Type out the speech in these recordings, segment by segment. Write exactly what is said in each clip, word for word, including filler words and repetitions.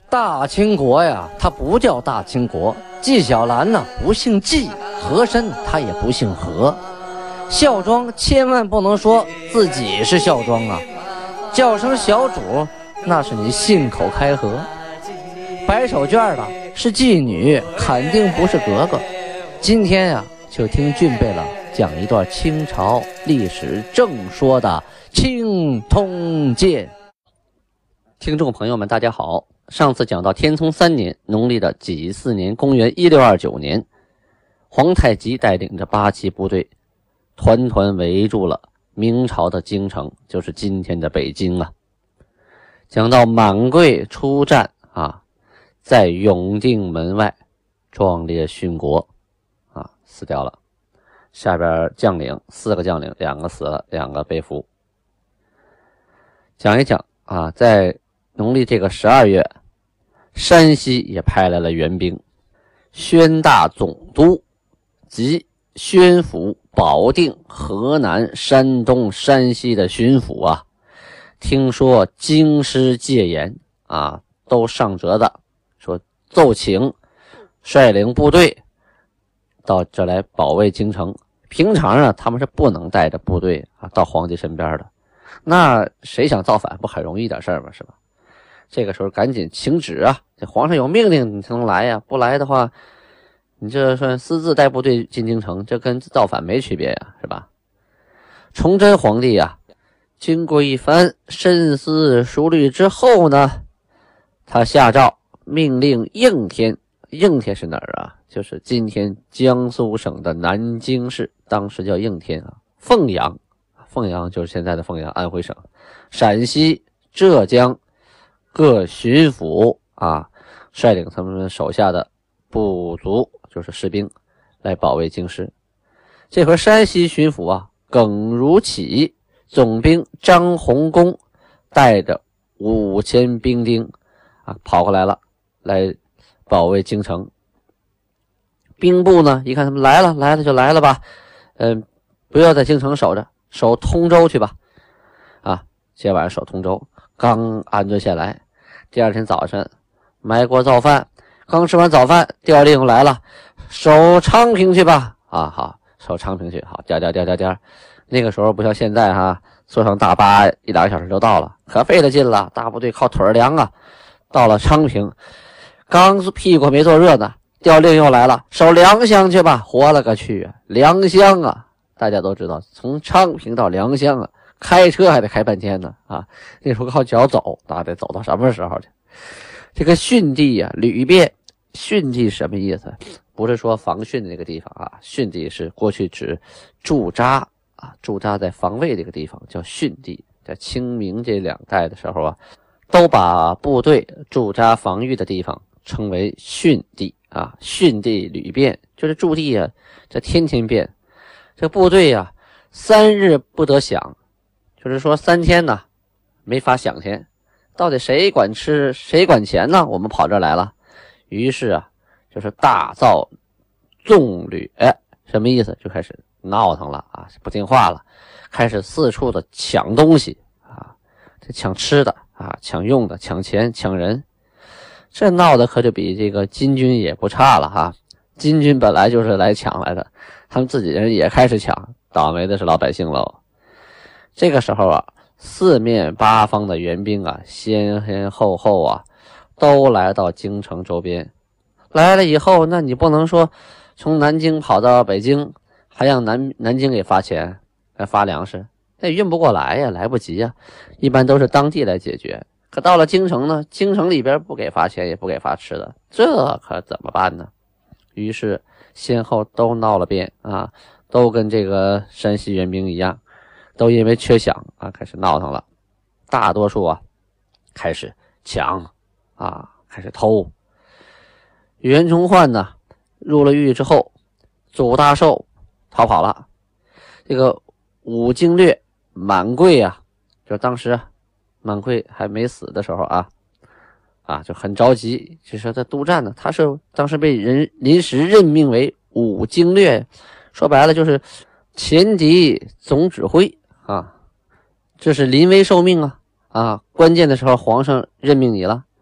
大清国呀，它不叫大清国。纪晓岚呢不姓纪，和珅他也不姓和。孝庄千万不能说自己是孝庄啊，叫声小主那是你信口开河。白手绢的是妓女，肯定不是格格。今天呀，就听俊贝勒讲一段清朝历史正说的清通鉴。听众朋友们大家好，上次讲到天聪三年农历的己巳年公元一六二九年，皇太极带领着八旗部队团团围住了明朝的京城，就是今天的北京啊。讲到满贵出战啊，在永定门外壮烈殉国啊，死掉了。下边将领四个将领，两个死了，两个被俘。讲一讲啊，在农历这个十二月，山西也派来了援兵，宣大总督及宣府、保定、河南、山东、山西的巡抚啊，听说京师戒严啊，都上折的说奏请率领部队到这来保卫京城。平常啊，他们是不能带着部队啊到皇帝身边的。那谁想造反不很容易一点事儿吗？是吧？这个时候赶紧请旨啊，这皇上有命令你才能来呀，不来的话你这算私自带部队进京城，这跟造反没区别呀，是吧？崇祯皇帝啊，经过一番深思熟虑之后呢，他下诏命令应天，应天是哪儿啊？就是今天江苏省的南京市，当时叫应天啊。凤阳，凤阳就是现在的凤阳，安徽省。陕西、浙江各巡抚啊，率领他们手下的部族，就是士兵来保卫京师。这回山西巡抚啊，耿如启总兵张弘公带着五千兵丁啊跑过来了，来保卫京城。兵部呢，一看他们来了，来了就来了吧，嗯，不要在京城守着，守通州去吧。啊，今晚上守通州，刚安顿下来，第二天早晨埋锅造饭，刚吃完早饭，调令来了，守昌平去吧。啊，好，守昌平去，好，颠颠颠颠颠。那个时候不像现在哈，坐上大巴一两个小时就到了，可费了劲了，大部队靠腿儿凉啊。到了昌平，刚屁股没坐热呢，调令又来了，守良乡去吧。活了个去啊，良乡啊，大家都知道，从昌平到良乡啊，开车还得开半天呢啊。那时候靠脚走，那得走到什么时候去？这个训地啊，旅变，训地什么意思？不是说防汛的那个地方啊，训地是过去指驻扎啊，驻扎在防卫这个地方叫训地。在清明这两代的时候啊，都把部队驻扎防御的地方称为训地啊。训地旅变就是驻地啊，这天天变。这部队啊，三日不得饷，就是说三天呢没法饷钱。到底谁管吃谁管钱呢？我们跑这儿来了。于是啊，就是大造纵掠，什么意思？就开始闹腾了啊，不听话了，开始四处的抢东西啊，这抢吃的啊，抢用的，抢钱，抢人。这闹的可就比这个金军也不差了哈。金军本来就是来抢来的，他们自己人也开始抢，倒霉的是老百姓喽。这个时候啊，四面八方的援兵啊，先先后后啊，都来到京城周边。来了以后，那你不能说从南京跑到北京，还让南南京给发钱，来发粮食，那运不过来呀，来不及呀。一般都是当地来解决。可到了京城呢，京城里边不给发钱，也不给发吃的，这可怎么办呢？于是先后都闹了遍啊，都跟这个山西援兵一样，都因为缺饷啊，开始闹腾了。大多数啊，开始抢啊，开始偷。袁崇焕呢，入了狱之后，祖大寿逃跑了。这个武经略满贵啊，就当时满贵还没死的时候啊，啊就很着急，就说他督战呢，他是当时被人临时任命为武经略，说白了就是前敌总指挥啊，这是临危受命啊啊！关键的时候皇上任命你了，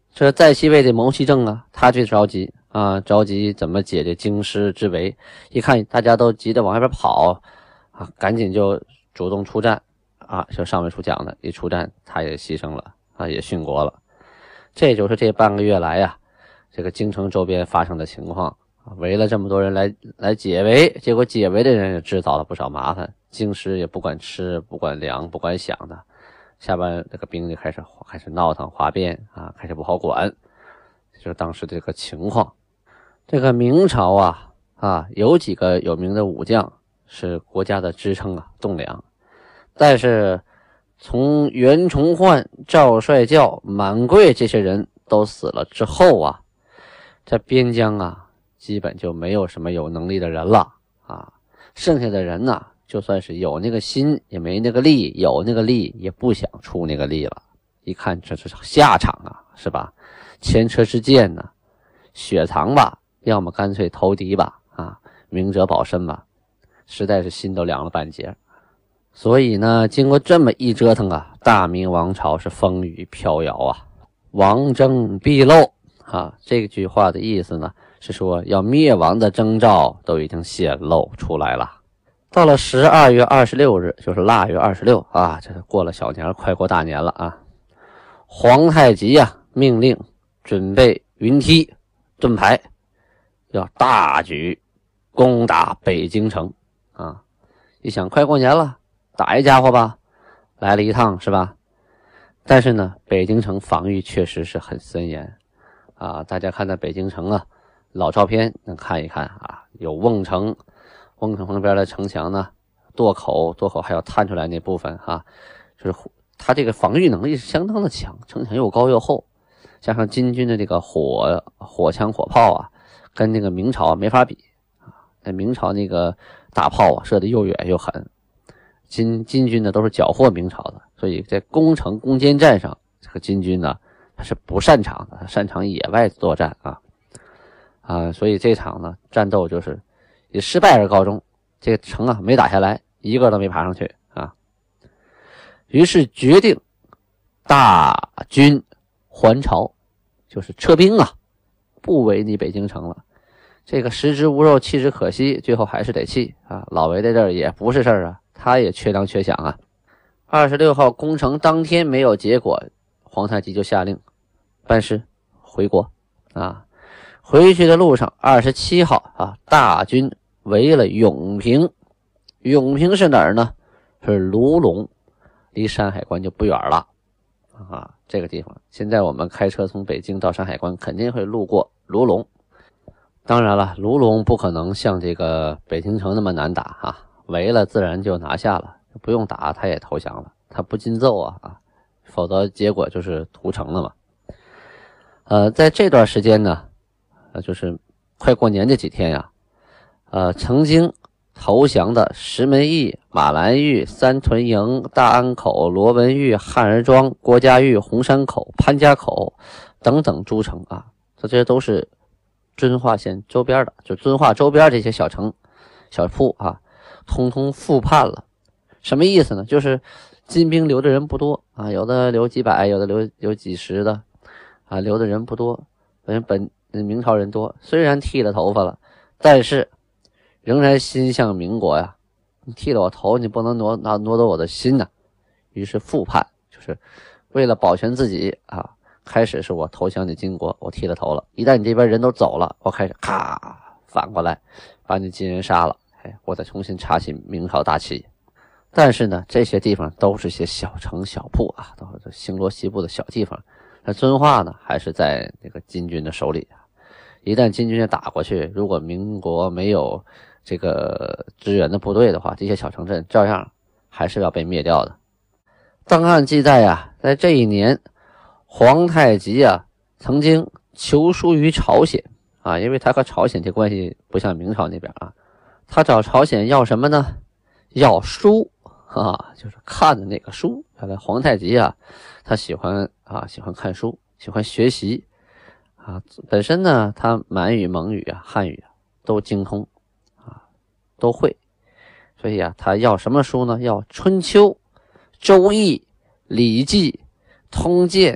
这在西魏的牟皙正啊，他最着急啊，着急怎么解决京师之围。一看大家都急着往外边跑啊，赶紧就主动出战啊，就上文书讲的，一出战他也牺牲了啊，也殉国了。这就是这半个月来呀、啊，这个京城周边发生的情况啊，围了这么多人来来解围，结果解围的人也制造了不少麻烦，京师也不管吃不管粮不管饷的，下边这个兵就开始开始闹腾哗变啊，开始不好管，就是当时这个情况。这个明朝啊啊有几个有名的武将是国家的支撑啊栋梁，但是从袁崇焕、赵帅教、满贵这些人都死了之后啊，这边疆啊基本就没有什么有能力的人了啊，剩下的人呢、啊，就算是有那个心也没那个力，有那个力也不想出那个力了。一看这是下场啊，是吧？前车之鉴呢、啊，雪藏吧，要么干脆投敌吧，啊，明哲保身吧，实在是心都凉了半截。所以呢，经过这么一折腾啊，大明王朝是风雨飘摇啊，王争必露啊。这句话的意思呢，是说要灭亡的征兆都已经显露出来了。到了十二月二十六日，就是腊月二十六啊，这是过了小年，快过大年了啊。皇太极啊，命令准备云梯、盾牌，要大举攻打北京城啊。一想，快过年了，打一家伙吧，来了一趟是吧？但是呢，北京城防御确实是很森严啊。大家看到北京城啊，老照片能看一看啊，有瓮城，瓮城旁边的城墙呢，垛口，垛口还要探出来那部分哈、啊，就是它这个防御能力是相当的强，城墙又高又厚，加上金军的这个火火枪火炮啊，跟那个明朝没法比啊。那明朝那个大炮啊，射得又远又狠。金金军呢都是缴获明朝的，所以在攻城攻坚战上，这个金军呢他是不擅长的，他擅长野外作战啊啊，所以这场呢战斗就是以失败而告终，这个城啊没打下来，一个都没爬上去啊。于是决定大军还朝，就是撤兵啊，不围你北京城了。这个食之无肉，弃之可惜，最后还是得弃啊。老围在这儿也不是事儿啊。他也缺粮缺饷啊。二十六号攻城当天没有结果，皇太极就下令班师回国啊。回去的路上，二十七号啊，大军围了永平。永平是哪儿呢？是卢龙，离山海关就不远了啊。这个地方，现在我们开车从北京到山海关，肯定会路过卢龙。当然了，卢龙不可能像这个北京城那么难打啊。围了自然就拿下了，不用打他也投降了，他不禁奏啊啊，否则结果就是屠城了嘛。呃，在这段时间呢，呃，就是快过年这几天呀，呃，曾经投降的石门驿、马兰峪、三屯营、大安口、罗文峪、汉儿庄、郭家峪、红山口、潘家口等等诸城啊，这些都是遵化县周边的，就遵化周边这些小城、小铺啊。通通复叛了。什么意思呢？就是金兵留的人不多啊，有的留几百，有的留有几十的啊，留的人不多。本本明朝人多，虽然剃了头发了，但是仍然心向民国呀。你剃了我头，你不能挪拿挪走我的心呐、啊。于是复叛，就是为了保全自己啊。开始是我投降你金国，我剃了头了，一旦你这边人都走了，我开始咔反过来把你金人杀了。哎，我再重新插起明朝大旗。但是呢，这些地方都是些小城小铺啊，都是星罗棋布的小地方。那遵化呢，还是在那个金军的手里。一旦金军打过去，如果民国没有这个支援的部队的话，这些小城镇照样还是要被灭掉的。档案记载啊，在这一年，皇太极啊曾经求书于朝鲜啊，因为他和朝鲜这关系不像明朝那边啊。他找朝鲜要什么呢？要书啊，就是看的那个书。原来皇太极啊，他喜欢啊，喜欢看书，喜欢学习啊。本身呢，他满语、蒙语啊、汉语啊都精通啊，都会。所以啊，他要什么书呢？要《春秋》《周易》《礼记》《通鉴》《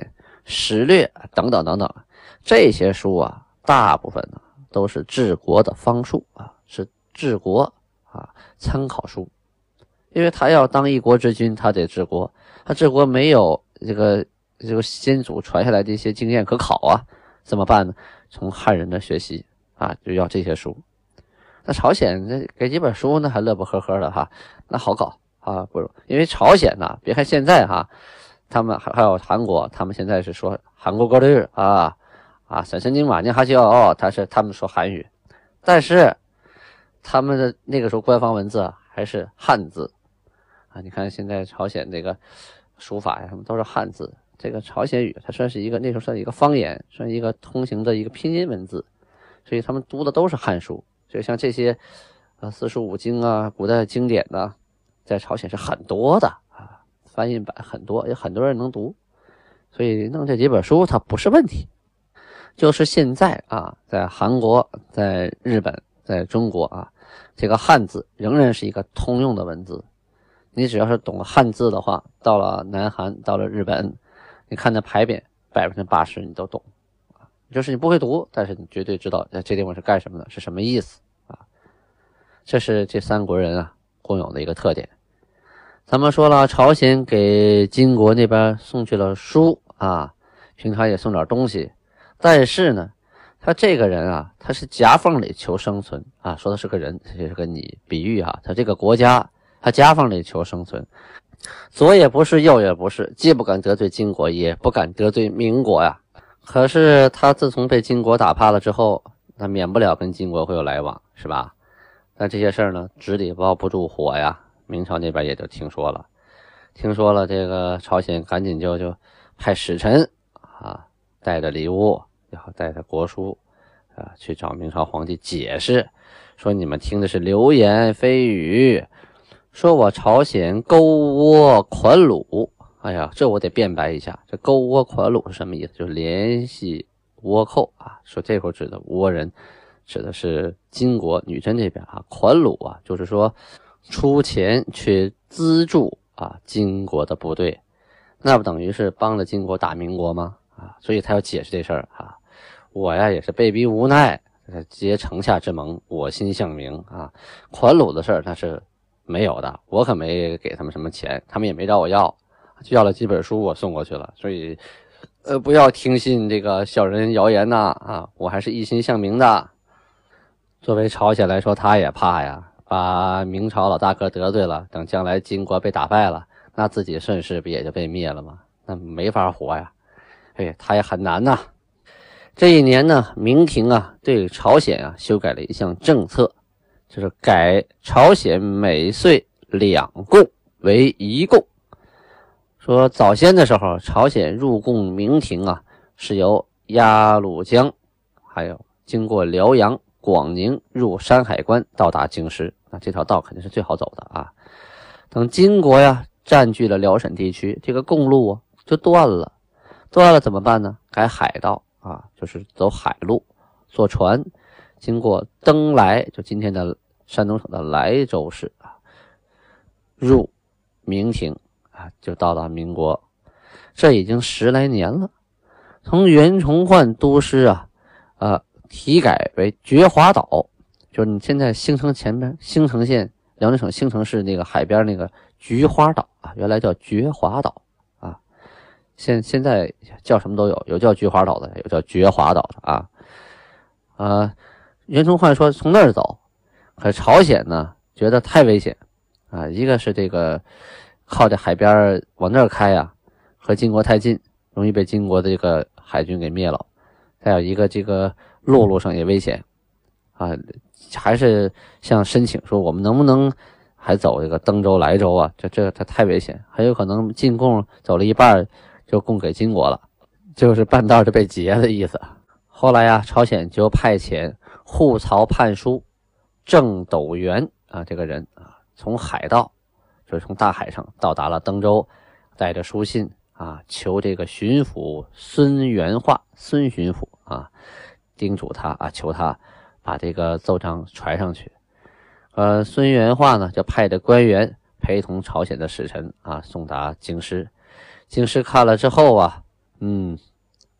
史略等等等等，这些书啊，大部分呢都是治国的方术啊，是治国啊参考书。因为他要当一国之君，他得治国，他治国没有这个这个先祖传下来的一些经验可考啊，怎么办呢？从汉人的学习啊，就要这些书。那朝鲜这给几本书呢，还乐不呵呵的哈，那好搞啊，不如因为朝鲜呢，别看现在哈，他们还还有韩国，他们现在是说韩国歌日啊啊，神神经马宁哈叫哦，他是他们说韩语，但是他们的那个时候官方文字还是汉字。啊，你看现在朝鲜这个书法呀，他们都是汉字。这个朝鲜语它算是一个那时候算一个方言，算一个通行的一个拼音文字，所以他们读的都是汉书。所以像这些呃四书五经啊、古代经典呢、啊，在朝鲜是很多的啊，翻译版很多，有很多人能读，所以弄这几本书它不是问题。就是现在啊，在韩国、在日本、在中国啊，这个汉字仍然是一个通用的文字。你只要是懂汉字的话，到了南韩，到了日本，你看那牌匾，百分之八十你都懂，就是你不会读，但是你绝对知道这地方是干什么的，是什么意思啊？这是这三国人啊共有的一个特点。咱们说了，朝鲜给金国那边送去了书啊，平常也送点东西，但是呢，他这个人啊，他是夹缝里求生存啊，说的是个人，这是个你比喻啊，他这个国家。他夹缝里求生存，左也不是右也不是，既不敢得罪金国，也不敢得罪民国呀。可是他自从被金国打趴了之后，他免不了跟金国会有来往，是吧？但这些事儿呢，纸里包不住火呀。明朝那边也就听说了，听说了，这个朝鲜赶紧就就派使臣啊，带着礼物，然后带着国书啊，去找明朝皇帝解释，说你们听的是流言蜚语。说我朝鲜钩倭款虏，哎呀，这我得辩白一下，这钩倭款虏是什么意思？就是联系倭寇啊。说这会儿指的倭人，指的是金国女真这边啊。款虏啊，就是说出钱去资助啊金国的部队，那不等于是帮了金国打民国吗？啊，所以他要解释这事儿啊。我呀也是被逼无奈，结城下之盟，我心向明啊。款虏的事儿那是没有的，我可没给他们什么钱，他们也没找我要，就要了几本书我送过去了。所以呃，不要听信这个小人谣言呐啊，我还是一心向明的。作为朝鲜来说，他也怕呀，把明朝老大哥得罪了，等将来金国被打败了，那自己顺势不也就被灭了吗？那没法活呀。哎，他也很难呐。这一年呢，明廷啊对朝鲜啊修改了一项政策，就是改朝鲜每岁两贡为一贡。说早先的时候，朝鲜入贡明廷啊，是由鸭绿江，还有经过辽阳、广宁入山海关到达京师，那这条道肯定是最好走的啊。等金国呀占据了辽沈地区，这个贡路啊就断了，断了怎么办呢？改海道啊，就是走海路，坐船经过登莱，就今天的山东省的莱州市啊，入明廷啊，就到达民国。这已经十来年了。从袁崇焕都师啊，呃，提改为觉华岛，就是你现在兴城前边，兴城县辽宁省兴城市那个海边那个菊花岛啊，原来叫觉华岛啊，现现在叫什么都有，有叫菊花岛的，有叫觉华岛的啊。呃，袁崇焕说从那儿走，可朝鲜呢觉得太危险啊，一个是这个靠着海边往那儿开呀、啊，和金国太近，容易被金国的这个海军给灭了；再有一个这个陆路上也危险啊，还是向申请说我们能不能还走这个登州、莱州啊？这这它太危险，很有可能进贡走了一半就供给金国了，就是半道就被劫的意思。后来呀、啊，朝鲜就派遣护曹判书郑斗元啊这个人啊，从海道，就是从大海上到达了登州，带着书信啊，求这个巡抚孙元化，孙巡抚啊，叮嘱他啊，求他把这个奏章传上去。呃，孙元化呢，就派着官员陪同朝鲜的使臣啊，送达京师。京师看了之后啊，嗯，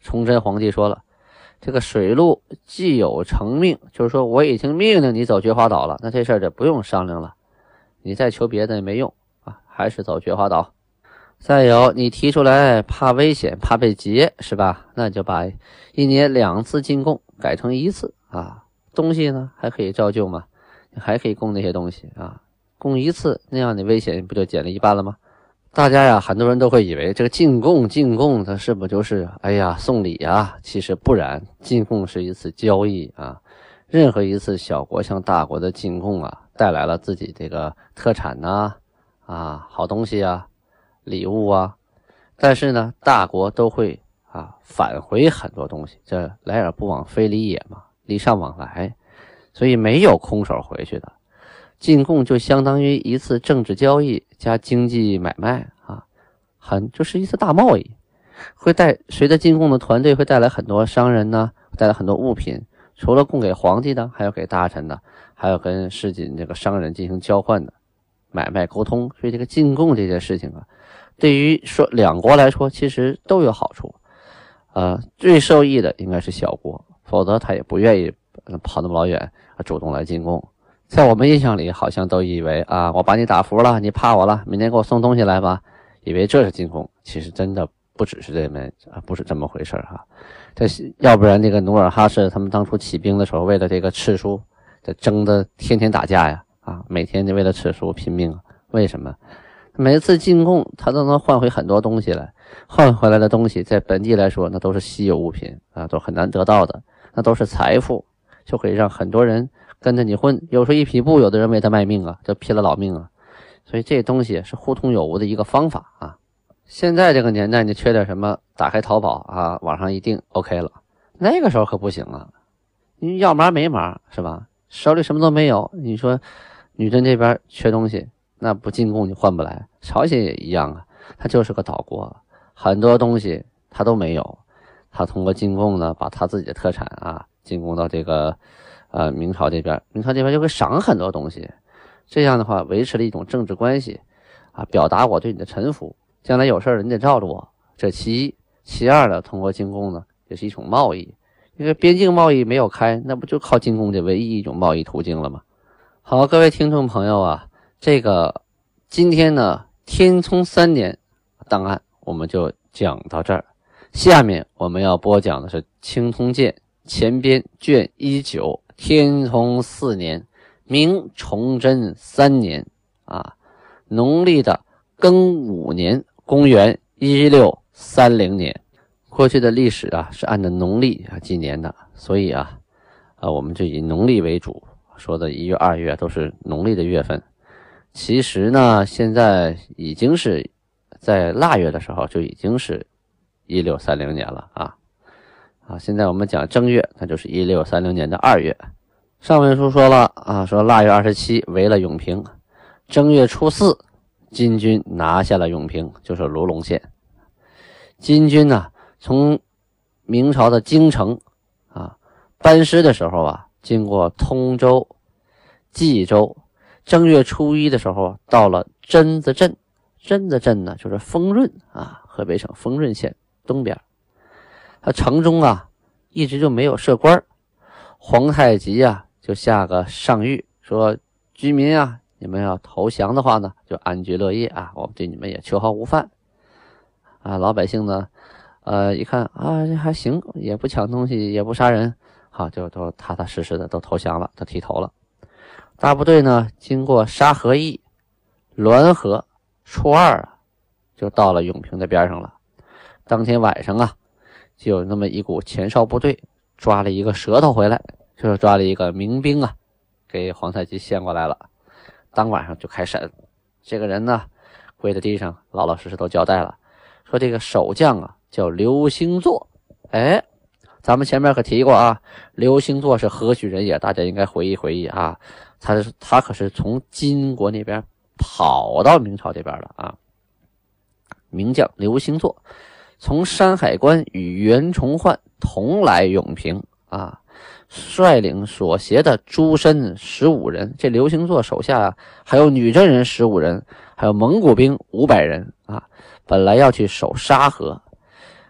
崇祯皇帝说了，这个水陆既有成命，就是说我已经命令你走觉华岛了，那这事儿就不用商量了，你再求别的也没用啊，还是走觉华岛。再有你提出来怕危险怕被劫是吧，那就把一年两次进贡改成一次啊，东西呢还可以照旧嘛，你还可以供那些东西啊，供一次那样的危险不就减了一半了吗？大家呀很多人都会以为这个进贡进贡它是不就是哎呀送礼啊，其实不然，进贡是一次交易啊，任何一次小国向大国的进贡啊，带来了自己这个特产呐 啊, 啊好东西啊礼物啊，但是呢大国都会啊返回很多东西，这来而不往非礼也嘛，礼尚往来，所以没有空手回去的。进贡就相当于一次政治交易加经济买卖啊，很就是一次大贸易，会带随着进贡的团队会带来很多商人呢，带来很多物品，除了供给皇帝的，还有给大臣的，还有跟市井这个商人进行交换的买卖沟通。所以这个进贡这件事情啊，对于说两国来说其实都有好处，呃，最受益的应该是小国，否则他也不愿意跑那么老远主动来进贡。在我们印象里好像都以为啊，我把你打服了，你怕我了，明天给我送东西来吧，以为这是进贡，其实真的不只是这么不是这么回事哈、啊。这要不然这个努尔哈赤他们当初起兵的时候，为了这个赤书，这争得天天打架呀啊，每天就为了赤书拼命。为什么？每次进贡他都能换回很多东西来，换回来的东西在本地来说那都是稀有物品啊，都很难得到的，那都是财富，就可以让很多人跟着你混，有时候一匹布，有的人为他卖命啊，就拼了老命啊。所以这东西是互通有无的一个方法啊。现在这个年代你缺点什么，打开淘宝啊，网上一订 OK 了。那个时候可不行啊，你要码没码是吧，手里什么都没有，你说女真这边缺东西，那不进贡你换不来。朝鲜也一样啊，它就是个岛国，很多东西它都没有，它通过进贡呢，把它自己的特产啊进贡到这个呃明朝这边，明朝这边就会赏很多东西，这样的话维持了一种政治关系啊，表达我对你的臣服，将来有事儿你得罩着我，这其一。其二呢，通过进贡呢也是一种贸易，因为边境贸易没有开，那不就靠进贡这唯一一种贸易途径了吗？好，各位听众朋友啊，这个今天呢天聪三年档案我们就讲到这儿，下面我们要播讲的是《清通鉴》前编卷一九天聪四年明崇祯三年啊，农历的庚午年，公元一六三零年。过去的历史啊是按照农历啊纪年的，所以啊啊我们就以农历为主，说的一月二月都是农历的月份。其实呢现在已经是在腊月的时候就已经是一六三零年了啊啊现在我们讲正月，那就是一六三零年的二月。上文书说了啊，说腊月二十七围了永平，正月初四金军拿下了永平，就是卢龙县。金军呢、啊、从明朝的京城啊班师的时候啊，经过通州、冀州，正月初一的时候到了榛子镇。榛子镇呢就是丰润啊，河北省丰润县东边。他城中啊一直就没有设官，皇太极啊就下个上谕说，居民啊你们要投降的话呢就安居乐业啊，我们对你们也秋毫无犯啊。老百姓呢呃一看啊这还行，也不抢东西也不杀人，好就都踏踏实实的都投降了，都剃头了。大部队呢经过沙河驿、滦河，初二啊就到了永平的边上了。当天晚上啊就有那么一股前哨部队抓了一个舌头回来，就是抓了一个民兵啊给皇太极献过来了。当晚上就开审，这个人呢跪在地上老老实实都交代了，说这个守将啊叫刘兴作。哎，咱们前面可提过啊，刘兴作是何许人也，大家应该回忆回忆啊，他是他可是从金国那边跑到明朝这边的啊。名将刘兴作从山海关与袁崇焕同来永平啊，率领所携的诸身十五人，这刘兴作手下啊还有女真人十五人，还有蒙古兵五百人啊，本来要去守沙河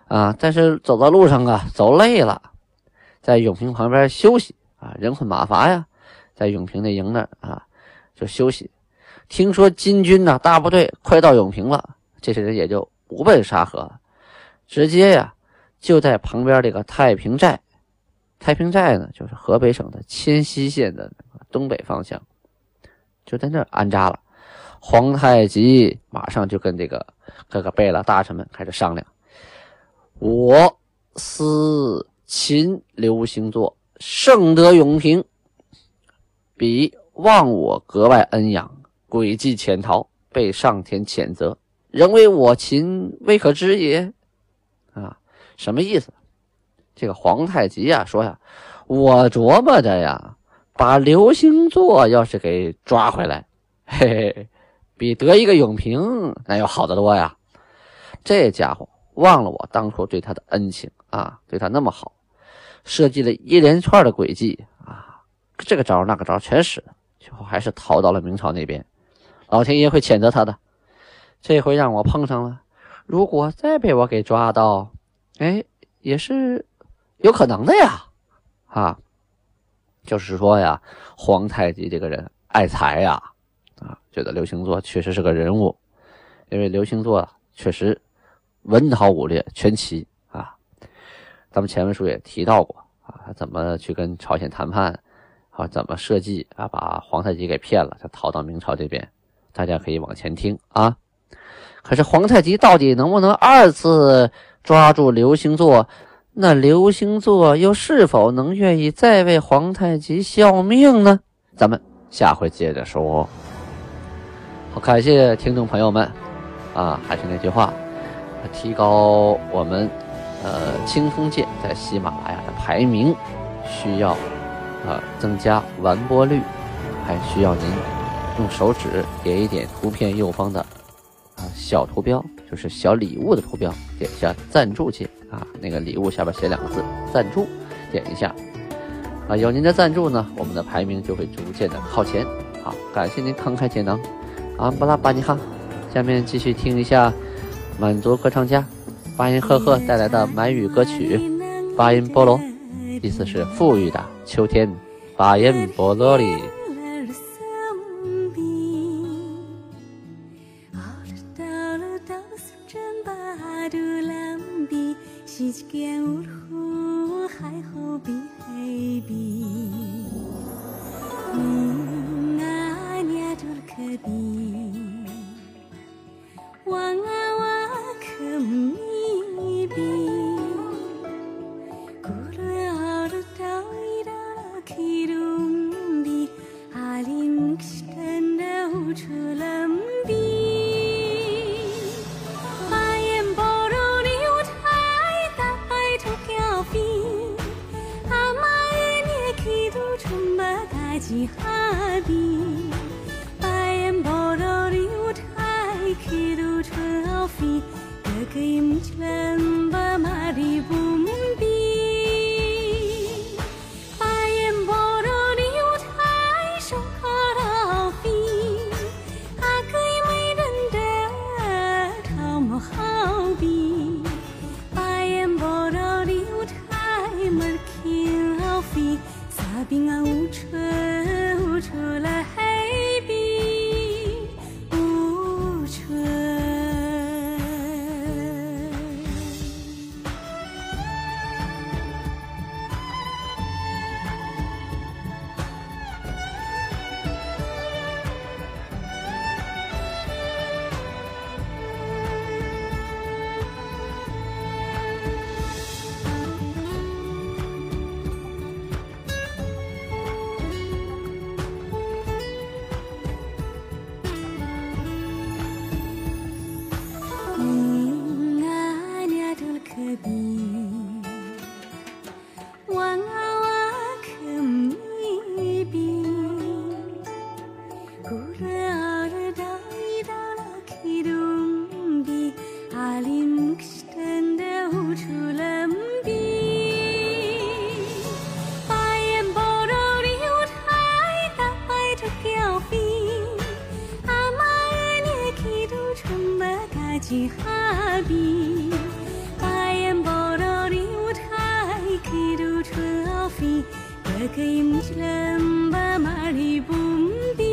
啊，但是走到路上啊，走累了，在永平旁边休息啊，人困马乏呀，在永平的营那啊就休息。听说金军呢大部队快到永平了，这些人也就不奔沙河了，直接呀就在旁边这个太平寨。太平寨呢就是河北省的迁西县的东北方向，就在那儿安扎了。皇太极马上就跟这个各个贝勒大臣们开始商量，我思秦刘星座盛得永平，彼望我格外恩养，诡计潜逃，被上天谴责，仍为我秦未可知也。啊，什么意思？这个皇太极呀说呀，我琢磨着呀，把刘星座要是给抓回来，嘿嘿，比得一个永平那要好得多呀。这家伙忘了我当初对他的恩情啊，对他那么好，设计了一连串的诡计啊，这个招那个招全使了，最后还是逃到了明朝那边，老天爷会谴责他的。这回让我碰上了，如果再被我给抓到，哎，也是有可能的呀。啊，就是说呀，皇太极这个人爱财呀，啊，觉得刘星座确实是个人物，因为刘星座确实文韬武略全齐啊。咱们前文书也提到过啊，怎么去跟朝鲜谈判啊，怎么设计啊，把皇太极给骗了，他逃到明朝这边，大家可以往前听啊。可是皇太极到底能不能二次抓住刘星座？那刘星座又是否能愿意再为皇太极效命呢？咱们下回接着说。好，感谢听众朋友们啊，还是那句话，提高我们呃清风界在喜马拉雅的排名，需要呃增加完播率，还需要您用手指点一点图片右方的啊小图标，就是小礼物的图标，点一下赞助键啊，那个礼物下边写两个字赞助，点一下啊，有您的赞助呢，我们的排名就会逐渐的靠前。好，感谢您慷慨解囊，安布拉巴尼哈。下面继续听一下满族歌唱家巴音赫赫带来的满语歌曲巴音波罗，意思是富裕的秋天，巴音波罗里。 في كاكايم جلام بامالي بومبي